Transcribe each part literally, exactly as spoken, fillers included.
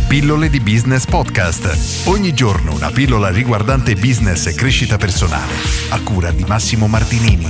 Pillole di Business Podcast. Ogni giorno una pillola riguardante business e crescita personale. A cura di Massimo Martinini.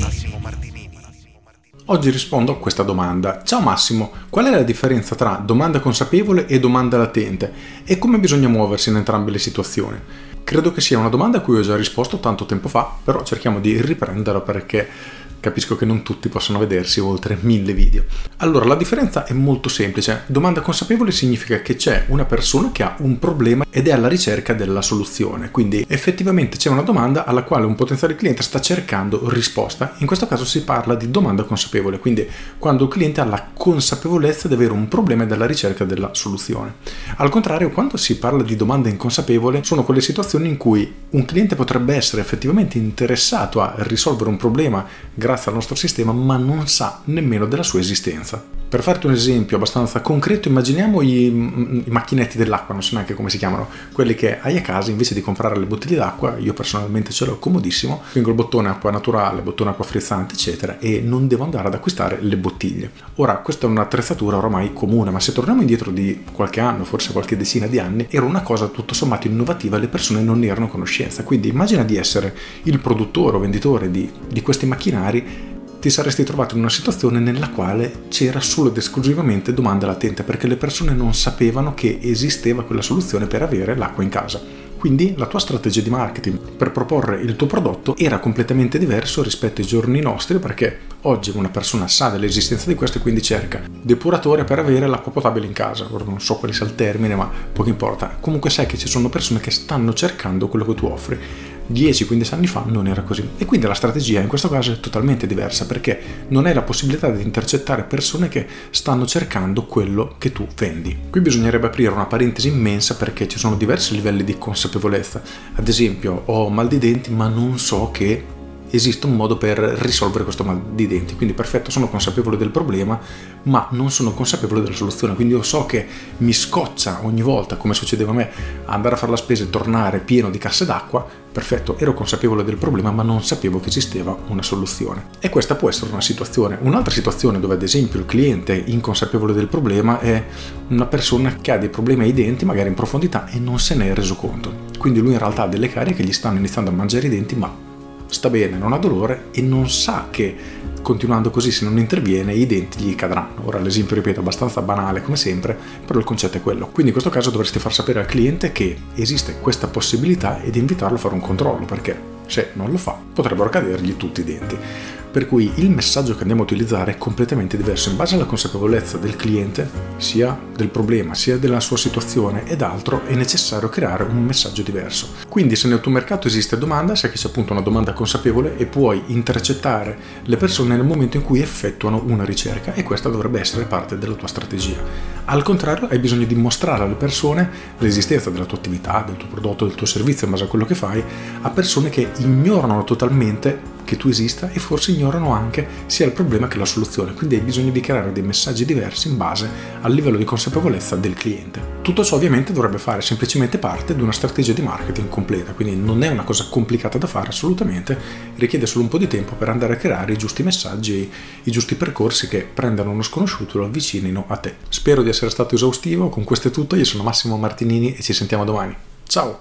Oggi rispondo a questa domanda. Ciao Massimo, qual è la differenza tra domanda consapevole e domanda latente? E come bisogna muoversi in entrambe le situazioni? Credo che sia una domanda a cui ho già risposto tanto tempo fa, però cerchiamo di riprenderla perché capisco che non tutti possono vedersi oltre mille video. Allora, la differenza è molto semplice. Domanda consapevole significa che c'è una persona che ha un problema ed è alla ricerca della soluzione. Quindi effettivamente c'è una domanda alla quale un potenziale cliente sta cercando risposta. In questo caso si parla di domanda consapevole, quindi quando il cliente ha la consapevolezza di avere un problema ed è alla ricerca della soluzione. Al contrario, quando si parla di domanda inconsapevole, sono quelle situazioni in cui un cliente potrebbe essere effettivamente interessato a risolvere un problema grazie al nostro sistema, ma non sa nemmeno della sua esistenza. Per farti un esempio abbastanza concreto, immaginiamo i, i macchinetti dell'acqua, non so neanche come si chiamano, quelli che hai a casa invece di comprare le bottiglie d'acqua. Io personalmente ce l'ho comodissimo, spingo il bottone acqua naturale, bottone acqua frizzante eccetera e non devo andare ad acquistare le bottiglie. Ora, questa è un'attrezzatura oramai comune, ma se torniamo indietro di qualche anno, forse qualche decina di anni, era una cosa tutto sommato innovativa, le persone non ne erano a conoscenza. Quindi immagina di essere il produttore o venditore di, di questi macchinari. Ti saresti trovato in una situazione nella quale c'era solo ed esclusivamente domanda latente, perché le persone non sapevano che esisteva quella soluzione per avere l'acqua in casa. Quindi la tua strategia di marketing per proporre il tuo prodotto era completamente diverso rispetto ai giorni nostri, perché oggi una persona sa dell'esistenza di questo e quindi cerca depuratore per avere l'acqua potabile in casa. Ora non so quale sia il termine, ma poco importa. Comunque sai che ci sono persone che stanno cercando quello che tu offri. dieci quindici anni fa non era così, e quindi la strategia in questo caso è totalmente diversa, perché non hai la possibilità di intercettare persone che stanno cercando quello che tu vendi. Qui bisognerebbe aprire una parentesi immensa, perché ci sono diversi livelli di consapevolezza. Ad esempio, ho mal di denti ma non so che esiste un modo per risolvere questo mal di denti, quindi perfetto, sono consapevole del problema ma non sono consapevole della soluzione. Quindi io so che mi scoccia ogni volta, come succedeva a me, andare a fare la spesa e tornare pieno di casse d'acqua. Perfetto, ero consapevole del problema ma non sapevo che esisteva una soluzione. E questa può essere una situazione. Un'altra situazione dove ad esempio il cliente inconsapevole del problema è una persona che ha dei problemi ai denti magari in profondità e non se ne è reso conto. Quindi lui in realtà ha delle carie che gli stanno iniziando a mangiare i denti, ma sta bene, non ha dolore e non sa che continuando così, se non interviene, i denti gli cadranno. Ora l'esempio, ripeto, è abbastanza banale come sempre, però il concetto è quello. Quindi in questo caso dovresti far sapere al cliente che esiste questa possibilità ed invitarlo a fare un controllo, perché se non lo fa potrebbero cadergli tutti i denti. Per cui il messaggio che andiamo a utilizzare è completamente diverso in base alla consapevolezza del cliente, sia del problema sia della sua situazione ed altro. È necessario creare un messaggio diverso. Quindi se nel tuo mercato esiste domanda, sai che c'è appunto una domanda consapevole e puoi intercettare le persone nel momento in cui effettuano una ricerca, e questa dovrebbe essere parte della tua strategia. Al contrario, hai bisogno di mostrare alle persone l'esistenza della tua attività, del tuo prodotto, del tuo servizio in base a quello che fai, a persone che ignorano totalmente che tu esista e forse ignorano anche sia il problema che la soluzione. Quindi hai bisogno di creare dei messaggi diversi in base al livello di consapevolezza del cliente. Tutto ciò ovviamente dovrebbe fare semplicemente parte di una strategia di marketing completa, quindi non è una cosa complicata da fare assolutamente, richiede solo un po' di tempo per andare a creare i giusti messaggi, i giusti percorsi che prendano uno sconosciuto e lo avvicinino a te. Spero di essere stato esaustivo. Con questo è tutto, io sono Massimo Martinini e ci sentiamo domani. Ciao!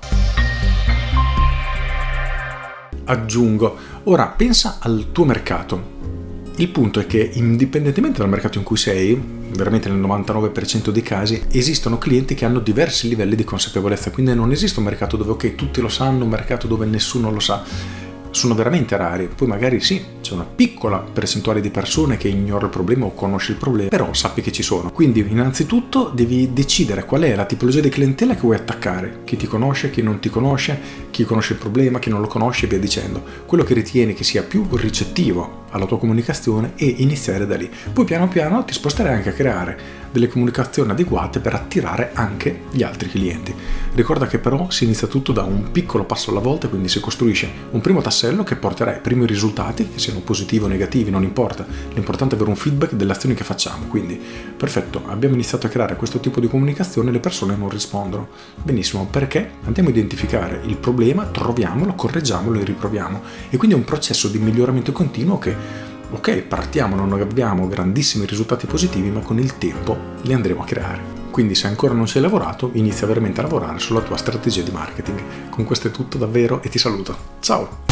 Aggiungo, ora pensa al tuo mercato. Il punto è che indipendentemente dal mercato in cui sei, veramente nel novantanove per cento dei casi, esistono clienti che hanno diversi livelli di consapevolezza, quindi non esiste un mercato dove ok tutti lo sanno, un mercato dove nessuno lo sa. Sono veramente rari. Poi magari sì, c'è una piccola percentuale di persone che ignora il problema o conosce il problema, però sappi che ci sono. Quindi innanzitutto devi decidere qual è la tipologia di clientela che vuoi attaccare, chi ti conosce, chi non ti conosce, chi conosce il problema, chi non lo conosce e via dicendo, quello che ritieni che sia più ricettivo alla tua comunicazione, e iniziare da lì. Poi piano piano ti sposterai anche a creare delle comunicazioni adeguate per attirare anche gli altri clienti. Ricorda che però si inizia tutto da un piccolo passo alla volta, quindi si costruisce un primo tassello che porterà ai primi risultati, che siano positivi o negativi, non importa, l'importante è avere un feedback delle azioni che facciamo. Quindi perfetto, abbiamo iniziato a creare questo tipo di comunicazione, le persone non rispondono. Benissimo, perché? Andiamo a identificare il problema, troviamolo, correggiamolo e riproviamo, e quindi è un processo di miglioramento continuo che ok, partiamo, non abbiamo grandissimi risultati positivi, ma con il tempo li andremo a creare. Quindi se ancora non ci hai lavorato, inizia veramente a lavorare sulla tua strategia di marketing. Con questo è tutto davvero e ti saluto. Ciao!